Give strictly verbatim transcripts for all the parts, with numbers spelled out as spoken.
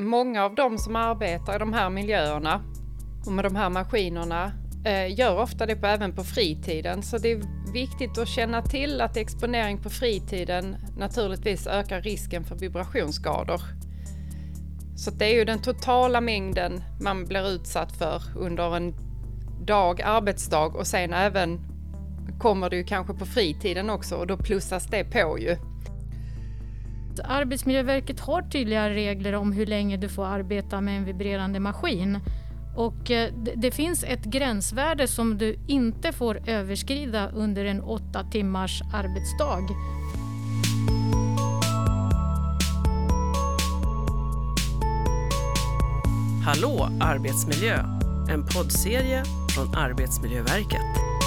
många av de som arbetar i de här miljöerna och med de här maskinerna eh, gör ofta det på, även på fritiden. Så det är viktigt att känna till att exponering på fritiden naturligtvis ökar risken för vibrationsskador. Så det är ju den totala mängden man blir utsatt för under en dag, arbetsdag, och sen även kommer det ju kanske på fritiden också, och då plussas det på ju. Arbetsmiljöverket har tydliga regler om hur länge du får arbeta med en vibrerande maskin. Och det, det finns ett gränsvärde som du inte får överskrida under en åtta timmars arbetsdag. Hallå arbetsmiljö, en poddserie från Arbetsmiljöverket.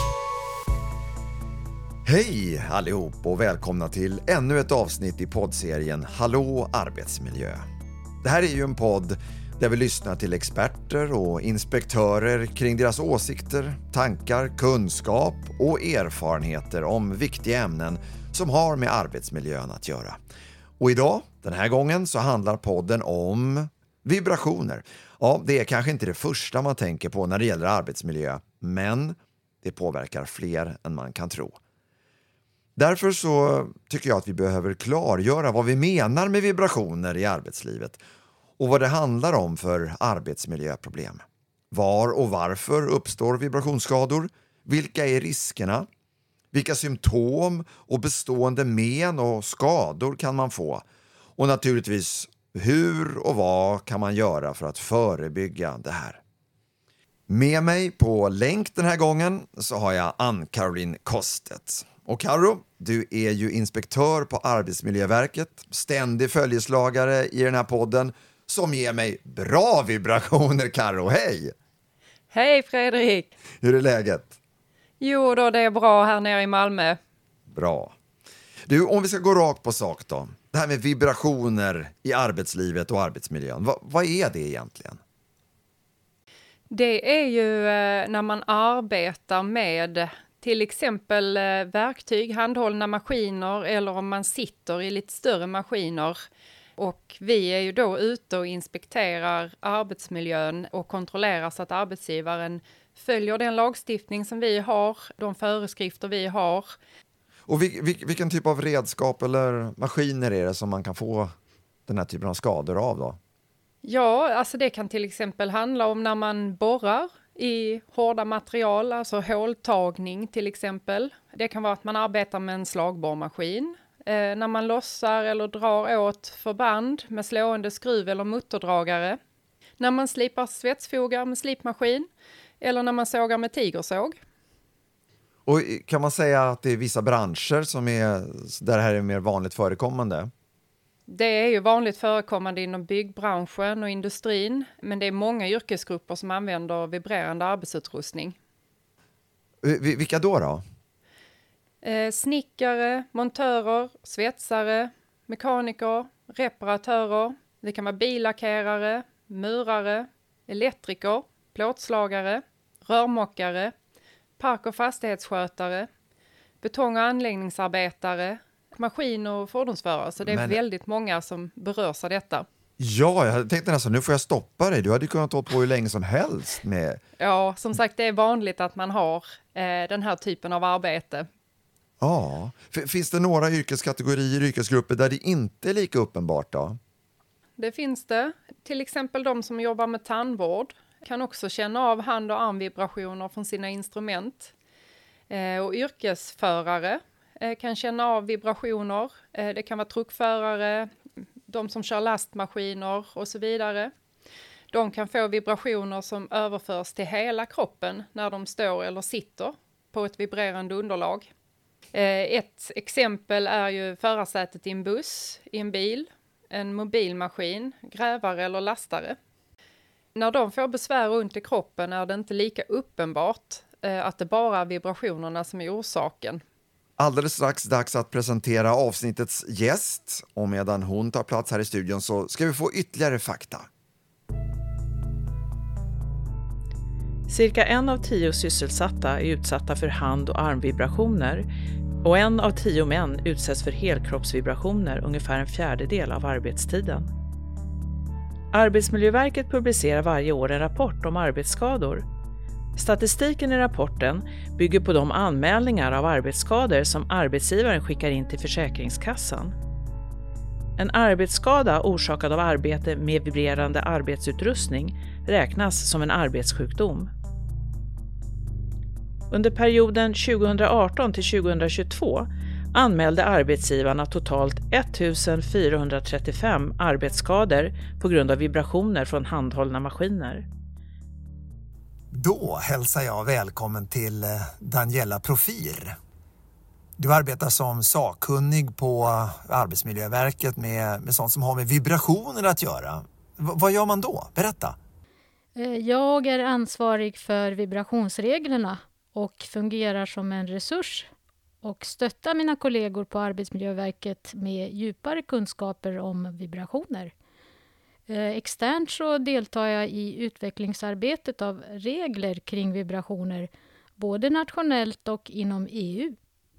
Hej allihop och välkomna till ännu ett avsnitt i poddserien Hallå arbetsmiljö. Det här är ju en podd där vi lyssnar till experter och inspektörer kring deras åsikter, tankar, kunskap och erfarenheter om viktiga ämnen som har med arbetsmiljön att göra. Och idag, den här gången, så handlar podden om vibrationer. Ja, det är kanske inte det första man tänker på när det gäller arbetsmiljö, men det påverkar fler än man kan tro. Därför så tycker jag att vi behöver klargöra vad vi menar med vibrationer i arbetslivet och vad det handlar om för arbetsmiljöproblem. Var och varför uppstår vibrationsskador? Vilka är riskerna? Vilka symptom och bestående men och skador kan man få? Och naturligtvis, hur och vad kan man göra för att förebygga det här? Med mig på länk den här gången så har jag Ann-Caroline Kostet. Och Karo, du är ju inspektör på Arbetsmiljöverket, ständig följeslagare i den här podden som ger mig bra vibrationer. Karo, hej! Hej Fredrik! Hur är läget? Jo då, det är bra här nere i Malmö. Bra. Du, om vi ska gå rakt på sak då. Det här med vibrationer i arbetslivet och arbetsmiljön. Va, vad är det egentligen? Det är ju eh, när man arbetar med till exempel eh, verktyg, handhållna maskiner, eller om man sitter i lite större maskiner. Och vi är ju då ute och inspekterar arbetsmiljön och kontrollerar så att arbetsgivaren följer den lagstiftning som vi har, de föreskrifter vi har. Och vil, vil, vilken typ av redskap eller maskiner är det som man kan få den här typen av skador av då? Ja, alltså det kan till exempel handla om när man borrar i hårda material, alltså håltagning till exempel. Det kan vara att man arbetar med en slagborrmaskin. Eh, när man lossar eller drar åt förband med slående skruv eller mutterdragare. När man slipar svetsfogar med slipmaskin. Eller när man sågar med tigersåg. Och kan man säga att det är vissa branscher som är, där det här är mer vanligt förekommande? Det är ju vanligt förekommande inom byggbranschen och industrin, men det är många yrkesgrupper som använder vibrerande arbetsutrustning. Vilka då då? Eh, snickare, montörer, svetsare, mekaniker, reparatörer. Det kan vara billackerare, murare, elektriker, plåtslagare, rörmockare, park- och fastighetsskötare, betong- och anläggningsarbetare, maskin- och fordonsförare. Så det är Men... väldigt många som berörs av detta. Ja, jag tänkte nästan, nu får jag stoppa dig. Du hade kunnat ta på hur länge som helst med... Ja, som sagt, det är vanligt att man har eh, den här typen av arbete. Ja, F- finns det några yrkeskategorier, yrkesgrupper där det inte är lika uppenbart då? Det finns det. Till exempel de som jobbar med tandvård kan också känna av hand- och armvibrationer från sina instrument. Eh, och yrkesförare eh, kan känna av vibrationer. Eh, det kan vara truckförare, de som kör lastmaskiner och så vidare. De kan få vibrationer som överförs till hela kroppen när de står eller sitter på ett vibrerande underlag. Eh, ett exempel är ju förarsätet i en buss, i en bil, en mobilmaskin, grävare eller lastare. När de får besvär runt i kroppen är det inte lika uppenbart eh, att det bara är vibrationerna som är orsaken. Alldeles strax dags att presentera avsnittets gäst, och medan hon tar plats här i studion så ska vi få ytterligare fakta. Cirka en av tio sysselsatta är utsatta för hand- och armvibrationer och en av tio män utsätts för helkroppsvibrationer ungefär en fjärdedel av arbetstiden. Arbetsmiljöverket publicerar varje år en rapport om arbetsskador. Statistiken i rapporten bygger på de anmälningar av arbetsskador som arbetsgivaren skickar in till Försäkringskassan. En arbetsskada orsakad av arbete med vibrerande arbetsutrustning räknas som en arbetssjukdom. Under perioden tjugohundraarton till tjugohundratjugotvå anmälde arbetsgivarna totalt ettusenfyrahundratrettiofem arbetsskador på grund av vibrationer från handhållna maskiner. Då hälsar jag välkommen till Daniela Profir. Du arbetar som sakkunnig på Arbetsmiljöverket med, med sånt som har med vibrationer att göra. V- vad gör man då? Berätta. Jag är ansvarig för vibrationsreglerna och fungerar som en resurs och stöttar mina kollegor på Arbetsmiljöverket med djupare kunskaper om vibrationer. Externt så deltar jag i utvecklingsarbetet av regler kring vibrationer, både nationellt och inom E U.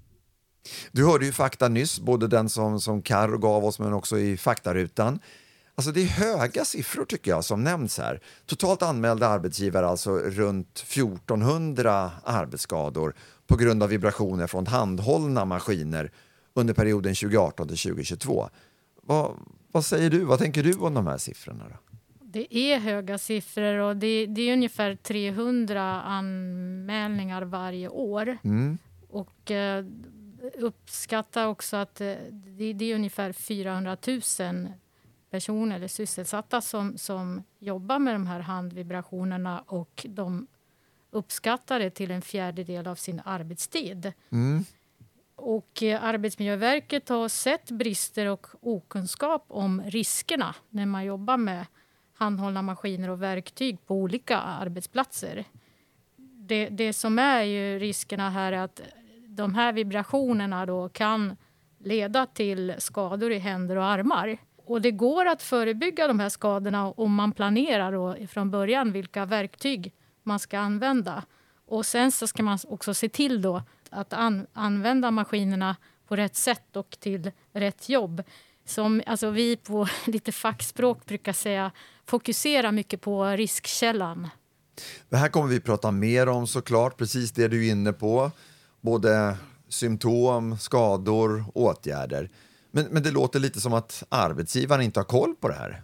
Du hörde ju fakta nyss, både den som, som Karo gav oss men också i faktarutan. Alltså det är höga siffror tycker jag som nämns här. Totalt anmälda arbetsgivare alltså runt fjortonhundra arbetsskador på grund av vibrationer från handhållna maskiner under perioden tjugoarton till tjugohundratjugotvå. Vad, vad säger du? Vad tänker du om de här siffrorna då? Det är höga siffror och det, det är ungefär trehundra anmälningar varje år. Mm. Och eh, uppskattar också att eh, det, det är ungefär fyrahundratusen personer eller sysselsatta som, som jobbar med de här handvibrationerna och de uppskattar det till en fjärdedel av sin arbetstid. Mm. Och eh, Arbetsmiljöverket har sett brister och okunskap om riskerna när man jobbar med handhållna maskiner och verktyg på olika arbetsplatser. Det, det som är ju riskerna här är att de här vibrationerna då kan leda till skador i händer och armar. Och det går att förebygga de här skadorna om man planerar då från början vilka verktyg man ska använda. Och sen så ska man också se till då att an- använda maskinerna på rätt sätt och till rätt jobb. Som alltså vi på lite fackspråk brukar säga, fokusera mycket på riskkällan. Det här kommer vi prata mer om såklart, precis det du är inne på. Både symptom, skador, åtgärder. Men, men det låter lite som att arbetsgivaren inte har koll på det här.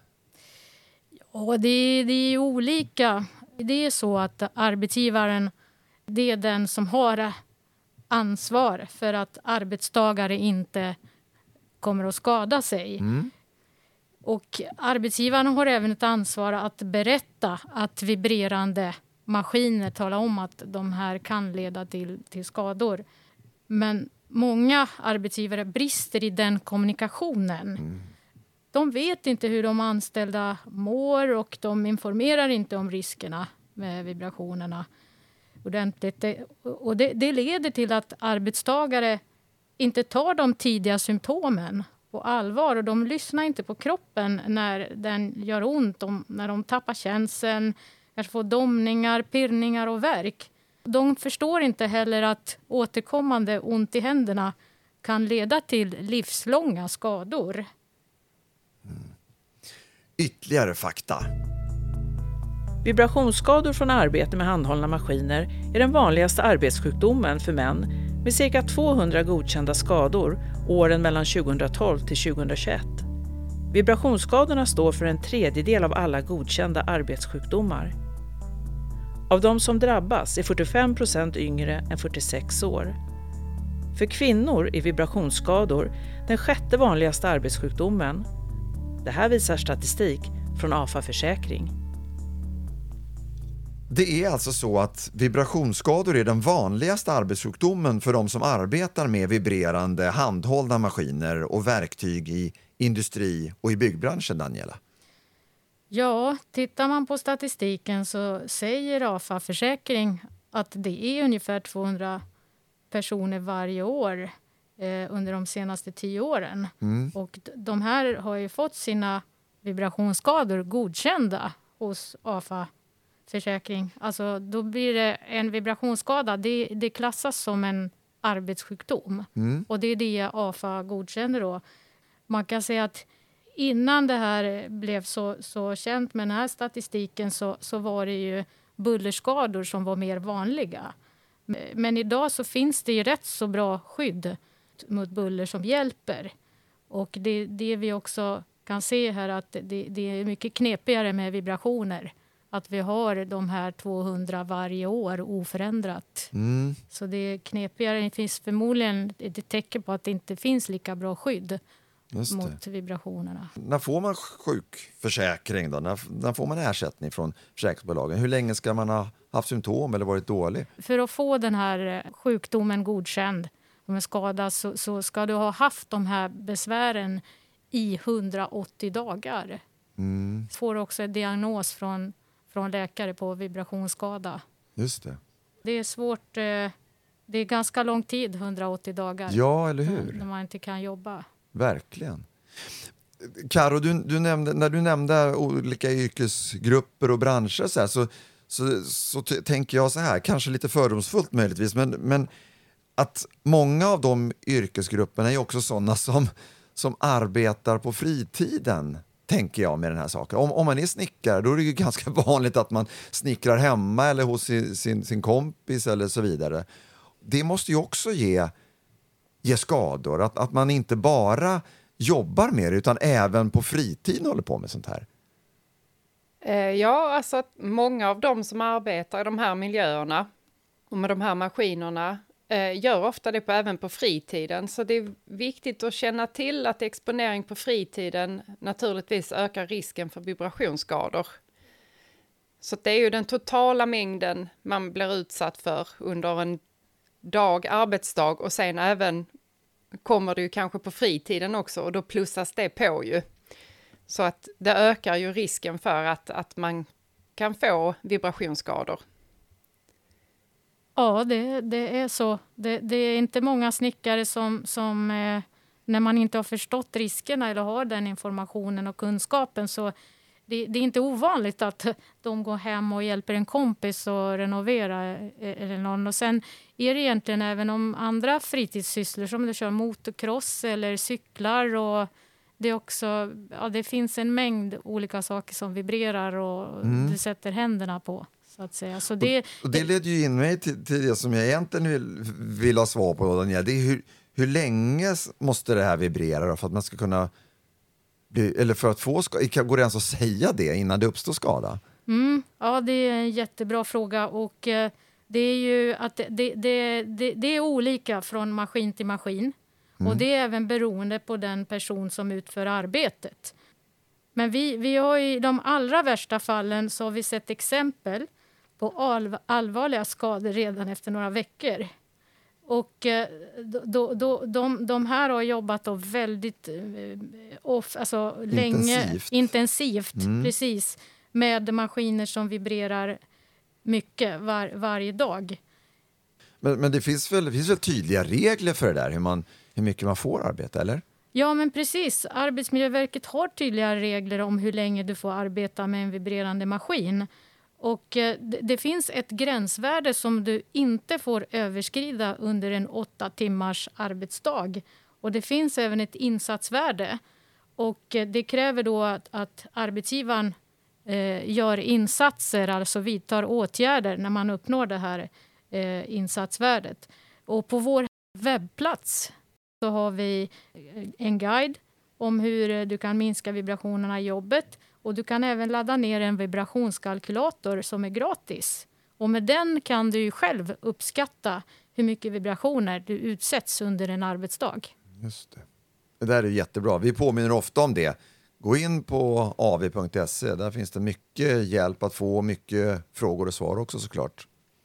Ja, det, det är olika. Det är så att arbetsgivaren, det är den som har ansvar för att arbetstagare inte kommer att skada sig. Mm. Och arbetsgivaren har även ett ansvar att berätta att vibrerande maskiner talar om att de här kan leda till, till skador. Men många arbetsgivare brister i den kommunikationen. Mm. De vet inte hur de anställda mår och de informerar inte om riskerna med vibrationerna ordentligt. Och det, det leder till att arbetstagare inte tar de tidiga symptomen på allvar och de lyssnar inte på kroppen när den gör ont, om, när de tappar känseln, kanske får domningar, pirrningar och värk. De förstår inte heller att återkommande ont i händerna kan leda till livslånga skador. Mm. Ytterligare fakta. Vibrationsskador från arbete med handhållna maskiner är den vanligaste arbetssjukdomen för män med cirka tvåhundra godkända skador åren mellan tjugohundratolv till tjugohundratjugoett. Vibrationsskadorna står för en tredjedel av alla godkända arbetssjukdomar. Av de som drabbas är fyrtiofem procent yngre än fyrtiosex år. För kvinnor är vibrationsskador den sjätte vanligaste arbetssjukdomen. Det här visar statistik från A F A Försäkring. Det är alltså så att vibrationsskador är den vanligaste arbetssjukdomen för de som arbetar med vibrerande handhållna maskiner och verktyg i industri och i byggbranschen, Daniela. Ja, tittar man på statistiken så säger A F A Försäkring att det är ungefär tvåhundra personer varje år eh, under de senaste tio åren. Mm. Och de här har ju fått sina vibrationsskador godkända hos A F A Försäkring. Alltså då blir det en vibrationsskada, det, det klassas som en arbetssjukdom. Mm. Och det är det A F A godkänner då. Man kan säga att innan det här blev så, så känt med den här statistiken så, så var det ju bullerskador som var mer vanliga. Men idag så finns det ju rätt så bra skydd mot buller som hjälper. Och det, det vi också kan se här att det, det är mycket knepigare med vibrationer. Att vi har de här tvåhundra varje år oförändrat. Mm. Så det är knepigare. Det finns förmodligen ett tecken på att det inte finns lika bra skydd mot vibrationerna. När får man sjukförsäkring då? När, när får man ersättning från försäkringsbolagen? Hur länge ska man ha haft symptom eller varit dålig? För att få den här sjukdomen godkänd, om en skada, så, så ska du ha haft de här besvären i hundraåttio dagar. Mm. Får också en diagnos från, från läkare på vibrationsskada. Just det. Det är svårt. Det är ganska lång tid, hundraåttio dagar. Ja, eller hur? När man inte kan jobba. Verkligen. Karo, du, du nämnde, när du nämnde olika yrkesgrupper och branscher så, här, så, så, så t- tänker jag så här, kanske lite fördomsfullt möjligtvis, men, men att många av de yrkesgrupperna är också sådana som, som arbetar på fritiden, tänker jag med den här saken. Om, om man är snickare, då är det ju ganska vanligt att man snickrar hemma eller hos sin, sin, sin kompis eller så vidare. Det måste ju också ge ge skador. Att, att man inte bara jobbar med det utan även på fritiden håller på med sånt här. Ja, alltså att många av de som arbetar i de här miljöerna och med de här maskinerna eh, gör ofta det på, även på fritiden. Så det är viktigt att känna till att exponering på fritiden naturligtvis ökar risken för vibrationsskador. Så det är ju den totala mängden man blir utsatt för under en dag, arbetsdag, och sen även kommer det ju kanske på fritiden också och då plussas det på ju. Så att det ökar ju risken för att, att man kan få vibrationsskador. Ja, det, det är så. Det, det är inte många snickare som, som eh, när man inte har förstått riskerna eller har den informationen och kunskapen, så det, det är inte ovanligt att de går hem och hjälper en kompis att renovera eller någon. Och sen är det egentligen även om andra fritidssysslor som du kör motocross eller cyklar, och det är också, ja, det finns en mängd olika saker som vibrerar och mm. du sätter händerna på, så att säga. Så det, och, och det leder ju in mig till, till det som jag egentligen vill, vill ha svar på, Daniel. Det är hur, hur länge måste det här vibrera för att man ska kunna eller för att få skada, går det ens att säga det innan det uppstår skada? Mm, ja, det är en jättebra fråga, och eh, det är ju att det, det, det, det, det är olika från maskin till maskin. Mm. Och det är även beroende på den person som utför arbetet. Men vi, vi har i de allra värsta fallen så har vi sett exempel på all, allvarliga skador redan efter några veckor. Och då, då, de, de här har jobbat då väldigt off, alltså länge, intensivt, intensivt mm. precis, med maskiner som vibrerar mycket var, varje dag. Men, men det, finns väl, det finns väl tydliga regler för det där, hur, man, hur mycket man får arbeta, eller? Ja, men precis. Arbetsmiljöverket har tydliga regler om hur länge du får arbeta med en vibrerande maskin. Och eh, det, det finns ett gränsvärde som du inte får överskrida under en åtta timmars arbetsdag. Och det finns även ett insatsvärde. Och eh, det kräver då att, att arbetsgivaren eh, gör insatser, alltså vidtar åtgärder när man uppnår det här eh, insatsvärdet. Och på vår webbplats så har vi en guide om hur du kan minska vibrationerna i jobbet. Och du kan även ladda ner en vibrationskalkylator som är gratis. Och med den kan du själv uppskatta hur mycket vibrationer du utsätts under en arbetsdag. Just det. Det där är jättebra. Vi påminner ofta om det. Gå in på a v punkt se. Där finns det mycket hjälp att få, mycket frågor och svar också såklart.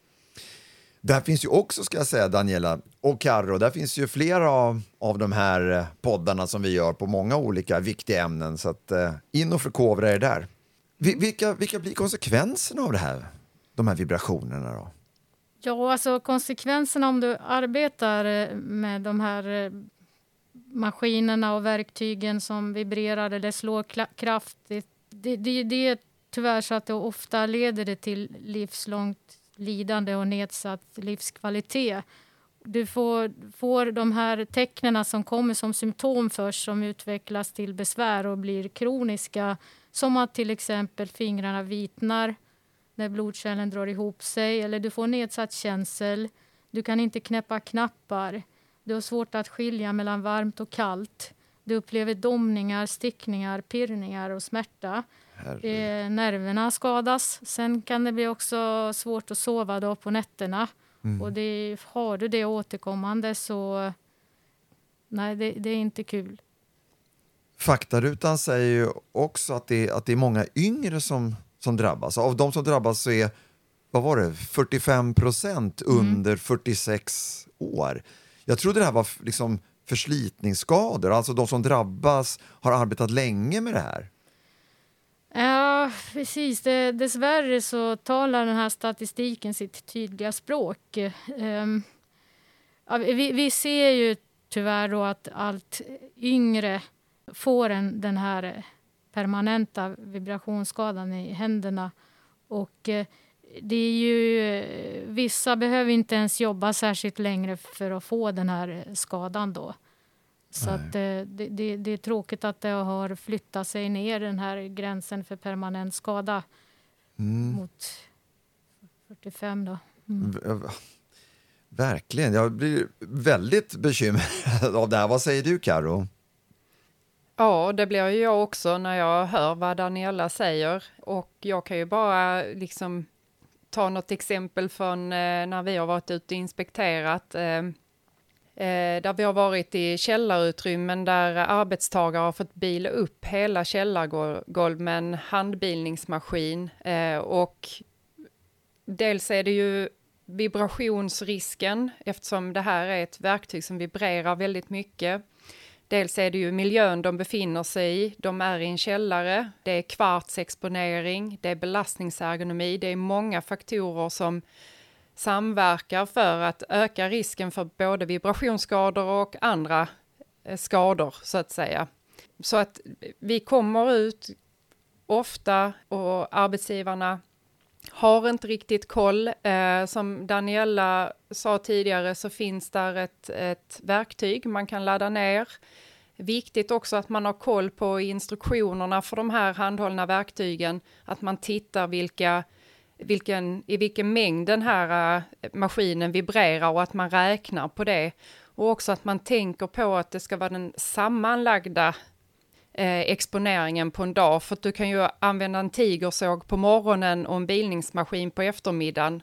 Där finns ju också, ska jag säga, Daniela och Karo, där finns ju flera av, av de här poddarna som vi gör på många olika viktiga ämnen, så att eh, in och förkovra er där. Vilka, vilka blir konsekvenserna av det här, de här vibrationerna då? Ja, alltså konsekvenserna om du arbetar med de här maskinerna och verktygen som vibrerar eller slår kla- kraftigt, det, det, det är tyvärr så att det ofta leder det till livslångt lidande och nedsatt livskvalitet. du får, får de här tecknen som kommer som symptom först som utvecklas till besvär och blir kroniska. Som att till exempel fingrarna vitnar när blodkärlen drar ihop sig. Eller du får nedsatt känsel. Du kan inte knäppa knappar. Du har svårt att skilja mellan varmt och kallt. Du upplever domningar, stickningar, pirrningar och smärta. Eh, nerverna skadas. Sen kan det bli också svårt att sova då på nätterna. Mm. Och det, har du det återkommande så nej, det, det är inte kul. Faktarutan säger ju också att det, att det är många yngre som, som drabbas. Av de som drabbas så är, vad var det, fyrtiofem procent under mm. fyrtiosex år. Jag trodde det här var liksom förslitningsskador. Alltså de som drabbas har arbetat länge med det här. Ja, precis. Det, dessvärre så talar den här statistiken sitt tydliga språk. Um, ja, vi, vi ser ju tyvärr då att allt yngre får en, den här permanenta vibrationsskadan i händerna. Och uh, det är ju, vissa behöver inte ens jobba särskilt längre för att få den här skadan då. Så att, det, det, det är tråkigt att det har flyttat sig ner den här gränsen för permanent skada mm. mot fyrtiofem då. Mm. Verkligen, jag blir väldigt bekymrad av det här. Vad säger du, Karo? Ja, det blir ju jag också när jag hör vad Daniela säger. Och jag kan ju bara liksom ta något exempel från eh, när vi har varit ute och inspekterat. Eh, Eh, där vi har varit i källarutrymmen där arbetstagare har fått bila upp hela källargolv med en handbilningsmaskin. Eh, och dels är det ju vibrationsrisken eftersom det här är ett verktyg som vibrerar väldigt mycket. Dels är det ju miljön de befinner sig i. De är i en källare. Det är kvartsexponering. Det är belastningsergonomi. Det är många faktorer som samverkar för att öka risken för både vibrationsskador och andra skador så att säga. Så att vi kommer ut ofta och arbetsgivarna har inte riktigt koll. Eh, som Daniela sa tidigare så finns där ett, ett verktyg man kan ladda ner. Viktigt också att man har koll på instruktionerna för de här handhållna verktygen. Att man tittar vilka Vilken, i vilken mängd den här uh, maskinen vibrerar och att man räknar på det. Och också att man tänker på att det ska vara den sammanlagda eh, exponeringen på en dag. För att du kan ju använda en tigersåg på morgonen och en bilningsmaskin på eftermiddagen.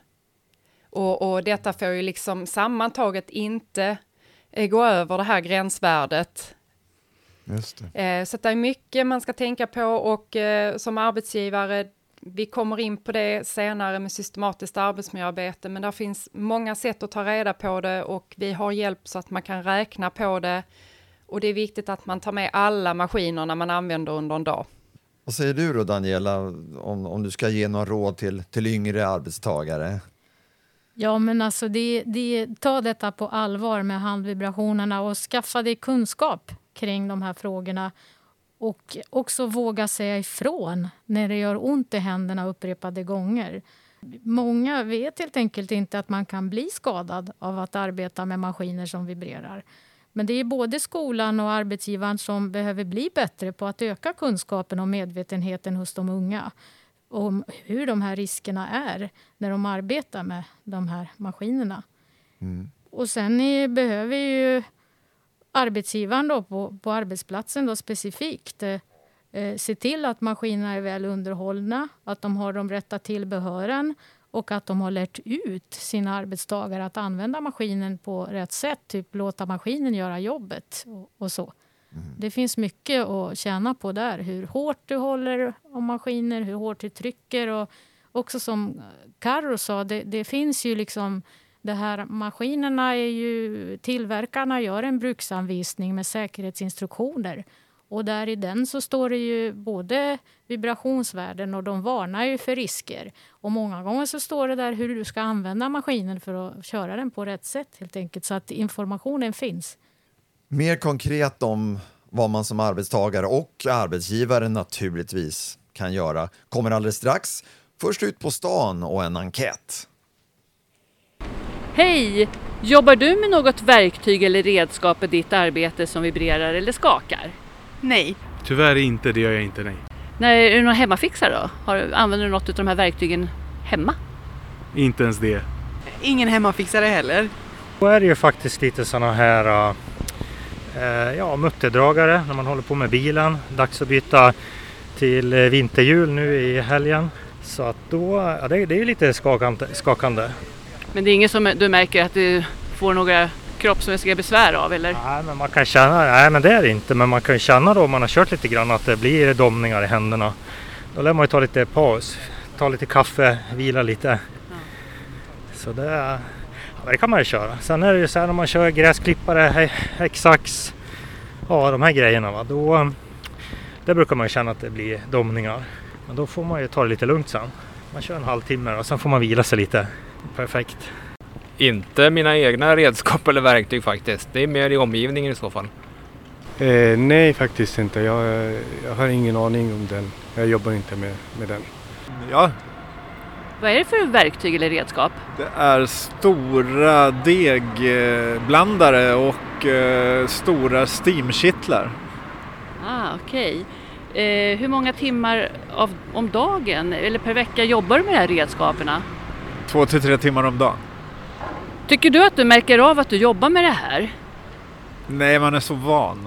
Och, och detta får ju liksom sammantaget inte eh, gå över det här gränsvärdet. Just det. Eh, så att det är mycket man ska tänka på och eh, som arbetsgivare. Vi kommer in på det senare med systematiskt arbetsmiljöarbete, men där finns många sätt att ta reda på det och vi har hjälp så att man kan räkna på det. Och det är viktigt att man tar med alla maskinerna man använder under en dag. Vad säger du då, Daniela, om, om du ska ge några råd till, till yngre arbetstagare? Ja, men alltså det, det, ta detta på allvar med handvibrationerna och skaffa dig kunskap kring de här frågorna. Och också våga säga ifrån när det gör ont i händerna upprepade gånger. Många vet helt enkelt inte att man kan bli skadad av att arbeta med maskiner som vibrerar. Men det är både skolan och arbetsgivaren som behöver bli bättre på att öka kunskapen och medvetenheten hos de unga. Om hur de här riskerna är när de arbetar med de här maskinerna. Mm. Och sen är, behöver ju arbetsgivaren då på, på arbetsplatsen då specifikt eh, se till att maskinerna är väl underhållna, att de har de rätta tillbehören och att de har lärt ut sina arbetstagare att använda maskinen på rätt sätt, typ låta maskinen göra jobbet och, och så. Mm. Det finns mycket att tjäna på där, hur hårt du håller om maskiner, hur hårt du trycker och också som Karo sa, det, det finns ju liksom det här, maskinerna är ju, tillverkarna gör en bruksanvisning med säkerhetsinstruktioner. Och där i den så står det ju både vibrationsvärden och de varnar ju för risker. Och många gånger så står det där hur du ska använda maskinen för att köra den på rätt sätt helt enkelt. Så att informationen finns. Mer konkret om vad man som arbetstagare och arbetsgivare naturligtvis kan göra kommer alldeles strax. Först ut på stan och en enkät. Hej! Jobbar du med något verktyg eller redskap i ditt arbete som vibrerar eller skakar? Nej. Tyvärr inte, det gör jag inte, nej. När är du någon hemmafixare då? Har, använder du något av de här verktygen hemma? Inte ens det. Ingen hemmafixare heller. Då är det ju faktiskt lite sådana här äh, ja, mutterdragare när man håller på med bilen. Dags att byta till vinterhjul nu i helgen. Så att då, ja, det, det är lite skakande, skakande. Men det är inget som du märker att du får några kroppsmässiga besvär av, eller? Nej, men man kan känna, nej men det är det inte, men man kan känna då om man har kört lite grann att det blir domningar i händerna. Då lär man ju ta lite paus, ta lite kaffe, vila lite. Ja. Så det, ja, det kan man ju köra. Sen är det ju så här när man kör gräsklippare, häcksax, ja de här grejerna va, då det brukar man ju känna att det blir domningar. Men då får man ju ta det lite lugnt sen. Man kör en halvtimme och sen får man vila sig lite. Perfekt. Inte mina egna redskap eller verktyg faktiskt. Det är mer i omgivningen i så fall. Eh, nej, faktiskt inte. Jag, jag har ingen aning om den. Jag jobbar inte med, med den. Ja. Vad är det för verktyg eller redskap? Det är stora degblandare och eh, stora steamkittlar. Ah, okej. Okay. Eh, hur många timmar av, om dagen eller per vecka jobbar du med de här redskaperna? Två till tre timmar om dagen. Tycker du att du märker av att du jobbar med det här? Nej, man är så van.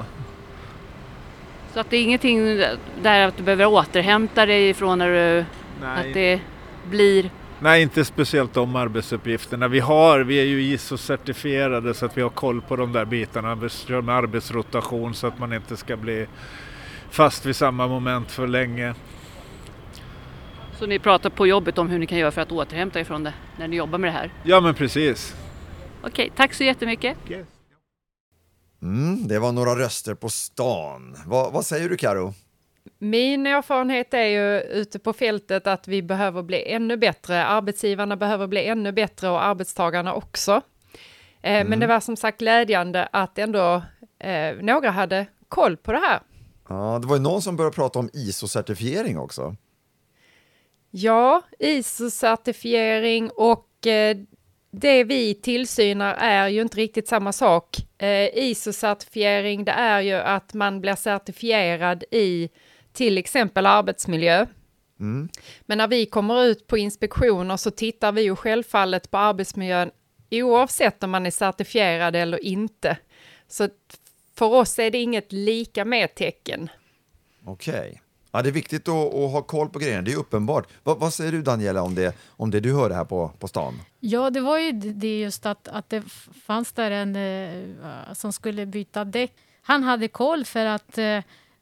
Så att det är ingenting där att du behöver återhämta dig ifrån när du, Nej. Att det blir... Nej, inte speciellt de arbetsuppgifterna. Vi har, vi är ju I S O-certifierade så att vi har koll på de där bitarna. Vi kör med arbetsrotation så att man inte ska bli fast vid samma moment för länge. Så ni pratar på jobbet om hur ni kan göra för att återhämta ifrån det när ni jobbar med det här? Ja, men precis. Okej, tack så jättemycket. Yes. Mm, det var några röster på stan. Va, vad säger du, Karo? Min erfarenhet är ju ute på fältet att vi behöver bli ännu bättre. Arbetsgivarna behöver bli ännu bättre och arbetstagarna också. Eh, mm. Men det var som sagt glädjande att ändå eh, några hade koll på det här. Ja, det var ju någon som började prata om I S O-certifiering också. Ja, I S O-certifiering och eh, det vi tillsynar är ju inte riktigt samma sak. Eh, I S O-certifiering, det är ju att man blir certifierad i till exempel arbetsmiljö. Mm. Men när vi kommer ut på inspektioner så tittar vi ju självfallet på arbetsmiljön oavsett om man är certifierad eller inte. Så för oss är det inget lika med tecken. Okej. Okay. Ja, det är viktigt att, att ha koll på grejerna, det är uppenbart. Vad, vad säger du, Daniela, om det, om det du hörde här på, på stan? Ja, det var ju det just att, att det fanns där en eh, som skulle byta däck. Han hade koll för att eh,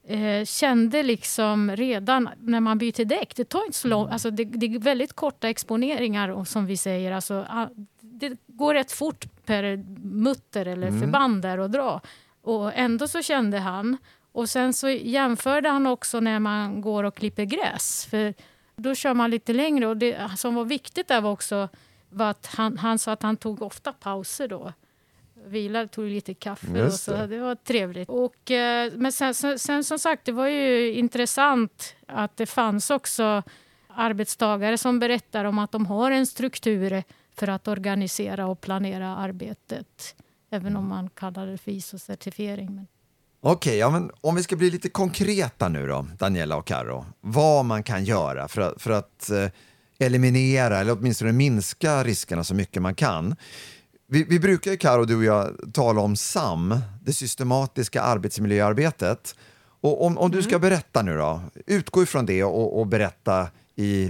kände liksom redan när man byter däck, det tar inte så långt, alltså det, det är väldigt korta exponeringar som vi säger, alltså det går rätt fort per mutter eller mm. förband där och dra. Och ändå så kände han. Och sen så jämförde han också när man går och klipper gräs. För då kör man lite längre. Och det som var viktigt där var också var att han, han sa att han tog ofta pauser då. Vilade, tog lite kaffe och så. Det var trevligt. Och, men sen, sen, sen som sagt, det var ju intressant att det fanns också arbetstagare som berättar om att de har en struktur för att organisera och planera arbetet. Även om man kallar det för I S O-certifiering. Men... Okej, okay, ja, men om vi ska bli lite konkreta nu då, Daniela och Karo. Vad man kan göra för att, för att eh, eliminera eller åtminstone minska riskerna så mycket man kan. Vi, vi brukar ju, Karo, du och jag, tala om S A M, det systematiska arbetsmiljöarbetet. Och om, om du ska berätta nu då, utgå ifrån det och, och berätta i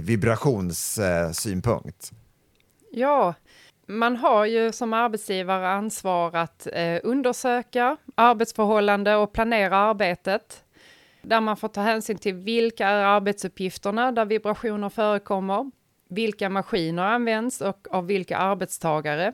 vibrationssynpunkt. Eh, ja, man har ju som arbetsgivare ansvar att eh, undersöka arbetsförhållande och planera arbetet. Där man får ta hänsyn till vilka är arbetsuppgifterna där vibrationer förekommer, vilka maskiner används och av vilka arbetstagare.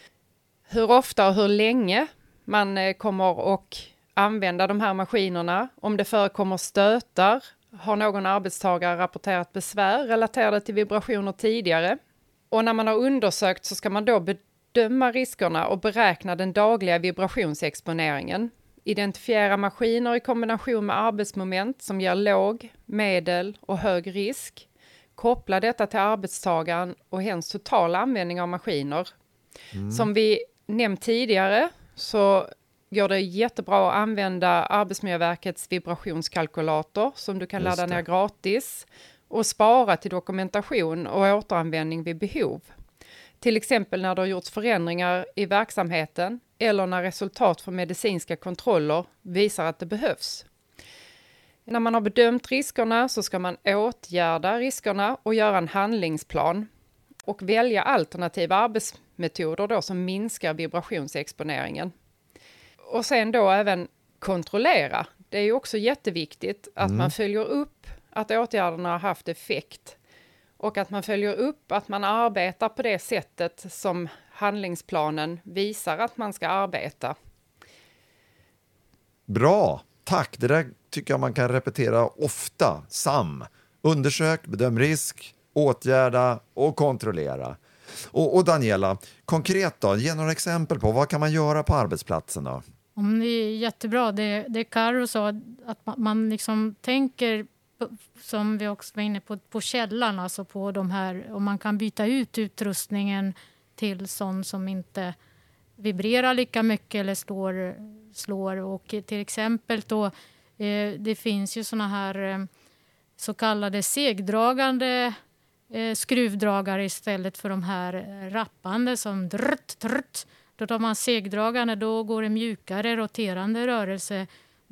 Hur ofta och hur länge man eh, kommer att använda de här maskinerna. Om det förekommer stötar, har någon arbetstagare rapporterat besvär relaterade till vibrationer tidigare. Och när man har undersökt så ska man då bedöma riskerna och beräkna den dagliga vibrationsexponeringen. Identifiera maskiner i kombination med arbetsmoment som ger låg, medel och hög risk. Koppla detta till arbetstagaren och hens totala användning av maskiner. Mm. Som vi nämnt tidigare så går det jättebra att använda Arbetsmiljöverkets vibrationskalkylator som du kan Just ladda det. ner gratis och spara till dokumentation och återanvändning vid behov. Till exempel när det har gjorts förändringar i verksamheten eller när resultat från medicinska kontroller visar att det behövs. När man har bedömt riskerna så ska man åtgärda riskerna och göra en handlingsplan och välja alternativa arbetsmetoder då som minskar vibrationsexponeringen. Och sen då även kontrollera. Det är ju också jätteviktigt att Mm. man följer upp att åtgärderna har haft effekt och att man följer upp att man arbetar på det sättet som handlingsplanen visar att man ska arbeta. Bra, tack. Det där tycker jag man kan repetera ofta. SAM. Undersök, bedöm risk, åtgärda och kontrollera. Och, och Daniela, konkret då, ge några exempel på vad kan man göra på arbetsplatsen då? Om det är jättebra. Det, det Karo sa, att man, man liksom tänker, på, som vi också var inne på, på källan, alltså på de här, om man kan byta ut utrustningen till sån som inte vibrerar lika mycket eller slår, slår. Och till exempel då, eh, det finns ju såna här eh, så kallade segdragande eh, skruvdragare istället för de här eh, rappande som drrt, drrt. Då tar man segdragande, då går det mjukare roterande rörelse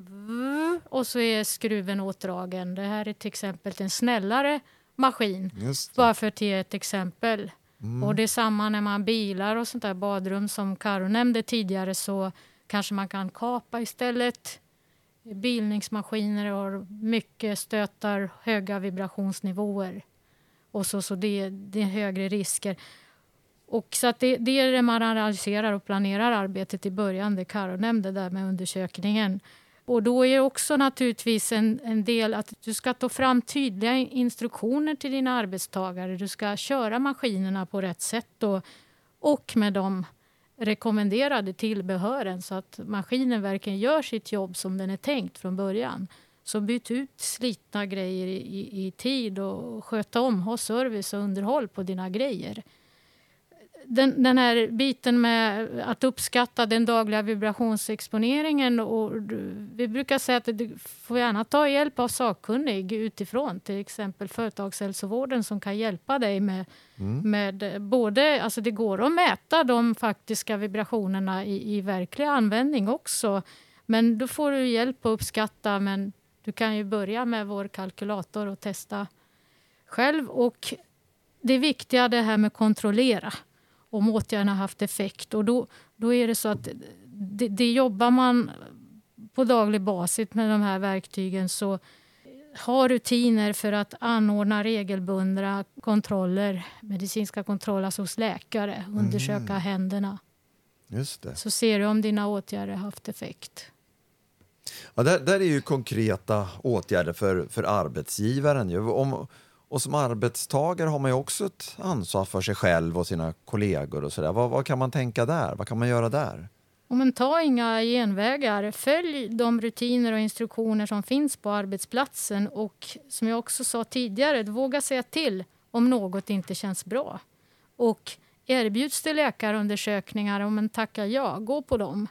och så är skruven åtdragen. Det här är till exempel en snällare maskin. Just det. Bara för att ge ett exempel. Mm. Och det är samma när man bilar och sånt där badrum som Karo nämnde tidigare, så kanske man kan kapa istället. Bilningsmaskiner har mycket stötar, höga vibrationsnivåer. Och så, så det, det är högre risker. Och så att det, det är det man analyserar och planerar arbetet i början, det Karo nämnde där med undersökningen. Och då är det också naturligtvis en, en del att du ska ta fram tydliga instruktioner till dina arbetstagare. Du ska köra maskinerna på rätt sätt och, och med de rekommenderade tillbehören så att maskinen verkligen gör sitt jobb som den är tänkt från början. Så byt ut slitna grejer i, i, i tid och sköta om, ha service och underhåll på dina grejer. Den, den här biten med att uppskatta den dagliga vibrationsexponeringen, och vi brukar säga att du får gärna ta hjälp av sakkunnig utifrån, till exempel företagshälsovården som kan hjälpa dig med, mm. med både, alltså det går att mäta de faktiska vibrationerna i, i verklig användning också, men då får du hjälp att uppskatta, men du kan ju börja med vår kalkylator och testa själv. Och det viktiga det här med kontrollera om åtgärderna har haft effekt. Och då, då är det så att det, det jobbar man på daglig basis med de här verktygen, så ha rutiner för att anordna regelbundna kontroller, medicinska kontroller alltså hos läkare, undersöka mm. händerna. Just det. Så ser du om dina åtgärder har haft effekt. Ja, där, där är ju konkreta åtgärder för, för arbetsgivaren. Ju. Om, och som arbetstagare har man ju också ett ansvar för sig själv och sina kollegor och sådär. Vad, vad kan man tänka där? Vad kan man göra där? Men ta inga genvägar. Följ de rutiner och instruktioner som finns på arbetsplatsen. Och som jag också sa tidigare, våga säga till om något inte känns bra. Och erbjuds det läkarundersökningar, om en tackar ja, gå på dem.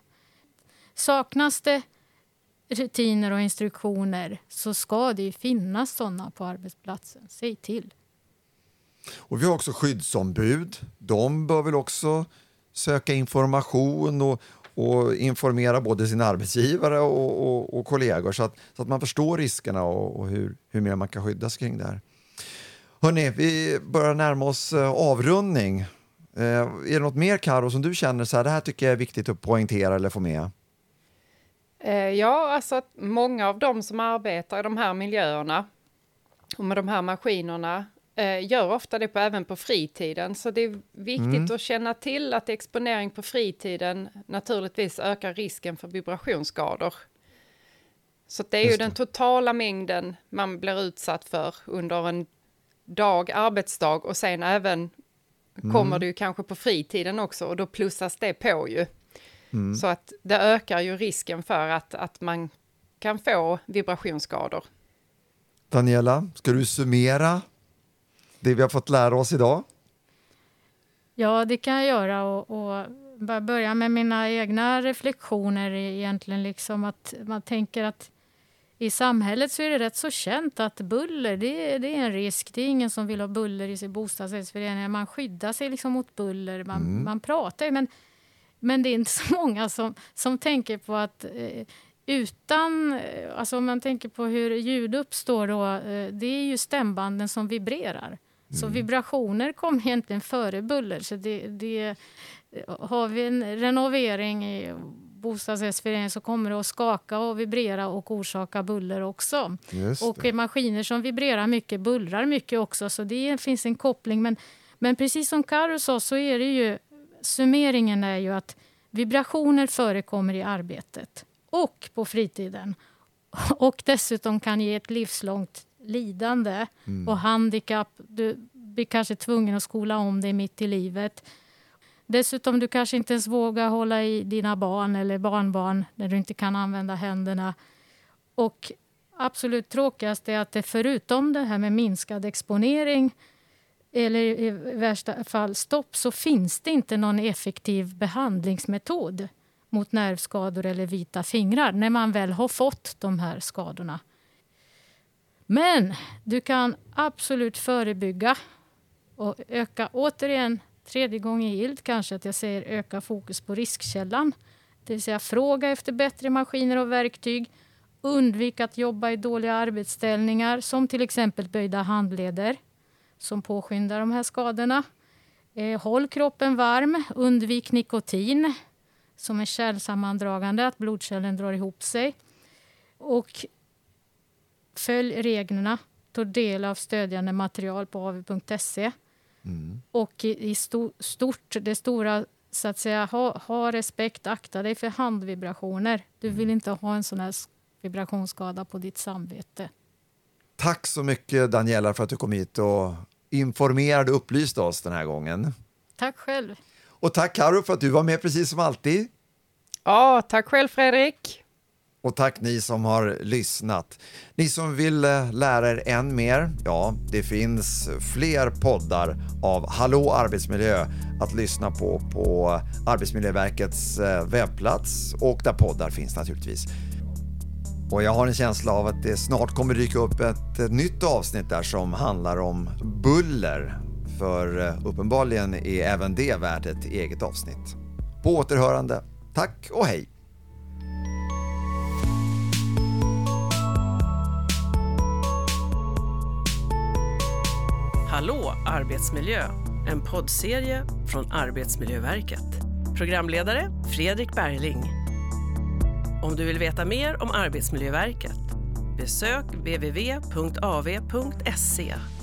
Saknas det rutiner och instruktioner så ska det ju finnas sådana på arbetsplatsen. Säg till. Och vi har också skyddsombud. De bör väl också söka information och, och informera både sina arbetsgivare och, och, och kollegor så att, så att man förstår riskerna och, och hur, hur mer man kan skyddas kring det här. Hörrni, vi börjar närma oss avrundning. Eh, är det något mer, Karo, som du känner så här, det här tycker jag är viktigt att poängtera eller få med? Ja, alltså att många av dem som arbetar i de här miljöerna och med de här maskinerna eh, gör ofta det på, även på fritiden. Så det är viktigt mm. att känna till att exponering på fritiden naturligtvis ökar risken för vibrationsskador. Så det är Just ju det. den totala mängden man blir utsatt för under en dag, arbetsdag, och sen även mm. kommer det ju kanske på fritiden också, och då plussas det på ju. Mm. Så att det ökar ju risken för att, att man kan få vibrationsskador. Daniela, ska du summera det vi har fått lära oss idag? Ja, det kan jag göra. Och, och bara börja med mina egna reflektioner egentligen. Liksom att man tänker att i samhället så är det rätt så känt att buller, det är, det är en risk. Det är ingen som vill ha buller i sin bostadsrättsförening. Man skyddar sig liksom mot buller. Man, mm. man pratar ju, men, men det är inte så många som, som tänker på att eh, utan, alltså om man tänker på hur ljud uppstår då, eh, det är ju stämbanden som vibrerar. Mm. Så vibrationer kommer egentligen före buller. Så det, det, har vi en renovering i bostadsrättsföreningen så kommer det att skaka och vibrera och orsaka buller också. Och maskiner som vibrerar mycket bullrar mycket också, så det finns en koppling. Men, men precis som Karo sa så är det ju, summeringen är ju att vibrationer förekommer i arbetet och på fritiden. Och dessutom kan ge ett livslångt lidande mm. och handikapp. Du blir kanske tvungen att skola om dig mitt i livet. Dessutom du kanske inte ens vågar hålla i dina barn eller barnbarn när du inte kan använda händerna. Och absolut tråkigast är att det förutom det här med minskad exponering eller i värsta fall stopp, så finns det inte någon effektiv behandlingsmetod mot nervskador eller vita fingrar när man väl har fått de här skadorna. Men du kan absolut förebygga och öka, återigen tredje gången gillt kanske att jag säger öka fokus på riskkällan. Det vill säga fråga efter bättre maskiner och verktyg. Undvik att jobba i dåliga arbetsställningar som till exempel böjda handleder som påskyndar de här skadorna. Eh, håll kroppen varm. Undvik nikotin som är kärlsammandragande, att blodkärlen drar ihop sig. Och följ reglerna. Ta del av stödjande material på a v punkt se. Mm. Och i, i sto, stort, det stora så att säga, ha, ha respekt, akta dig för handvibrationer. Du vill inte ha en sån här vibrationsskada på ditt samvete. Tack så mycket Daniela för att du kom hit och informerade och upplyste oss den här gången. Tack själv. Och tack Karo för att du var med precis som alltid. Ja, tack själv Fredrik. Och tack ni som har lyssnat. Ni som vill lära er än mer, ja, det finns fler poddar av Hallå arbetsmiljö att lyssna på på Arbetsmiljöverkets webbplats och där poddar finns naturligtvis. Och jag har en känsla av att det snart kommer dyka upp ett, ett nytt avsnitt där som handlar om buller. För uppenbarligen är även det värt ett eget avsnitt. På återhörande, tack och hej! Hallå arbetsmiljö, en poddserie från Arbetsmiljöverket. Programledare Fredrik Bergling. Om du vill veta mer om Arbetsmiljöverket, besök w w w punkt a v punkt se.